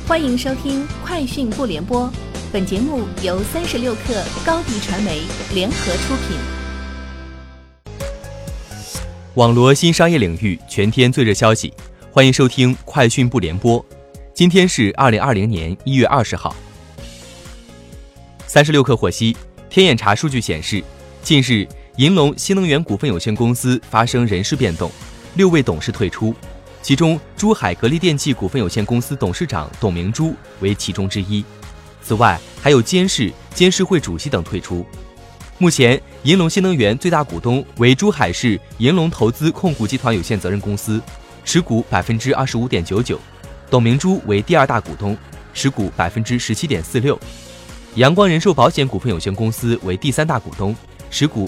欢迎收听快讯不联播，本节目由36克高迪传媒联合出品。 网罗新商业领域全天最热消息，欢迎收听快讯不联播。今天是2020年1月20号。36克获悉，天眼查数据显示，近日银隆新能源股份有限公司发生人事变动，6位董事退出，其中珠海格力电器股份有限公司董事长董明珠为其中之一。此外，还有监事、监事会主席等退出。目前，银隆新能源最大股东为珠海市银隆投资控股集团有限责任公司，持股 25.99%， 董明珠为第二大股东，持股 17.46%。阳光人寿保险股份有限公司为第三大股东，持股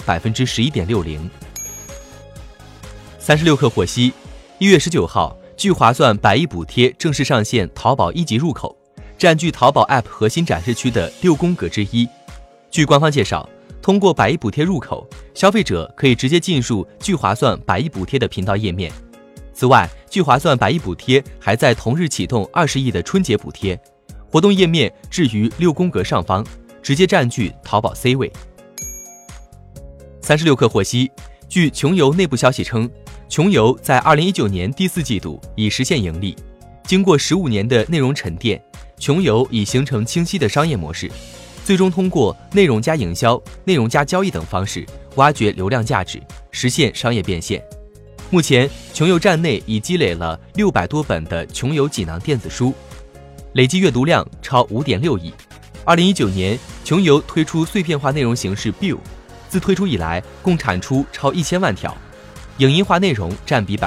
11.60%。36克获悉，1月19号，聚划算100亿补贴正式上线淘宝1级入口，占据淘宝 App 核心展示区的6宫格之一。据官方介绍，通过100亿补贴入口，消费者可以直接进入聚划算100亿补贴的频道页面。此外，聚划算100亿补贴还在同日启动20亿的春节补贴，活动页面置于6宫格上方，直接占据淘宝 C 位。36克获悉，据穷游内部消息称，穷游在2019年第4季度已实现盈利。经过15年的内容沉淀，穷游已形成清晰的商业模式，最终通过内容加营销、内容加交易等方式挖掘流量价值，实现商业变现。目前，穷游站内已积累了600多本的穷游锦囊电子书，累计阅读量超 5.6 亿。2019年，穷游推出碎片化内容形式 Bill， 自推出以来共产出超1000万条，影音化内容占比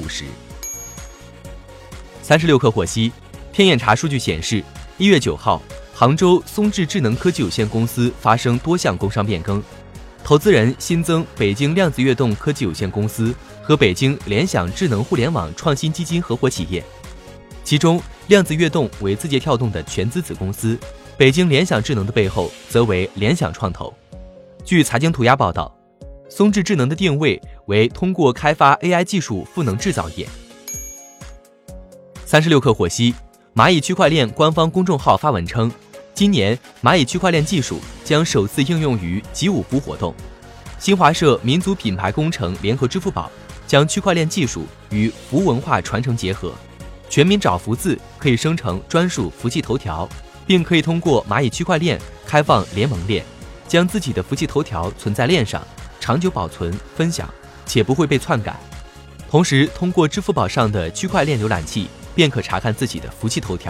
50%。36克获悉，天眼查数据显示，1月9号，杭州松智智能科技有限公司发生多项工商变更，投资人新增北京量子跃动科技有限公司和北京联想智能互联网创新基金合伙企业。其中，量子跃动为字节跳动的全资子公司，北京联想智能的背后则为联想创投。据财经涂鸦报道，松智智能的定位为通过开发 AI 技术赋能制造业。36克获悉，蚂蚁区块链官方公众号发文称，今年蚂蚁区块链技术将首次应用于集五福活动。新华社民族品牌工程联合支付宝将区块链技术与福文化传承结合，全民找福字可以生成专属福气头条，并可以通过蚂蚁区块链开放联盟链，将自己的福气头条存在链上，长久保存分享，且不会被篡改。同时，通过支付宝上的区块链浏览器便可查看自己的福气头条。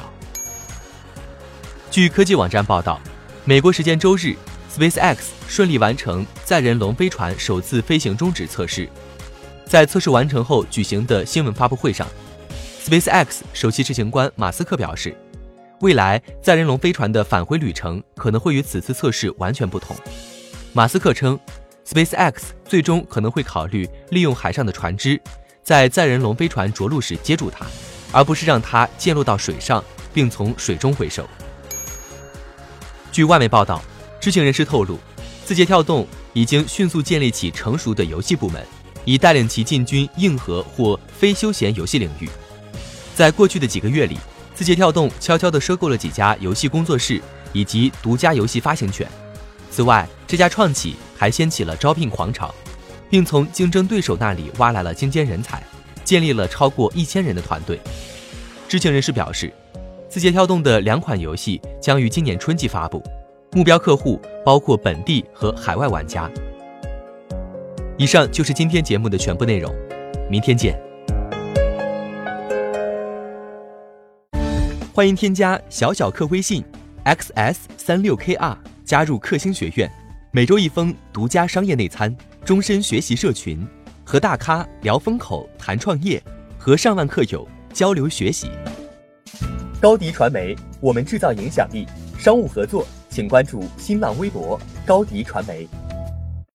据科技网站报道，美国时间周日， SpaceX 顺利完成载人龙飞船首次飞行终止测试。在测试完成后举行的新闻发布会上， SpaceX 首席执行官马斯克表示，未来载人龙飞船的返回旅程可能会与此次测试完全不同。马斯克称， SpaceX 最终可能会考虑利用海上的船只，在载人龙飞船着陆时接住它，而不是让它溅落到水上并从水中回收。据外媒报道，知情人士透露，字节跳动已经迅速建立起成熟的游戏部门，以带领其进军硬核或非休闲游戏领域。在过去的几个月里，字节跳动悄悄地收购了几家游戏工作室以及独家游戏发行权。此外，这家创企还掀起了招聘狂潮，并从竞争对手那里挖来了精尖人才，建立了超过1000人的团队。知情人士表示，字节跳动的2款游戏将于今年春季发布，目标客户包括本地和海外玩家。以上就是今天节目的全部内容，明天见。欢迎添加小小客微信 xs36kr 加入克星学院，每周1封独家商业内参，终身学习社群，和大咖聊风口谈创业，和上万客友交流学习。高迪传媒，我们制造影响力。商务合作请关注新浪微博高迪传媒。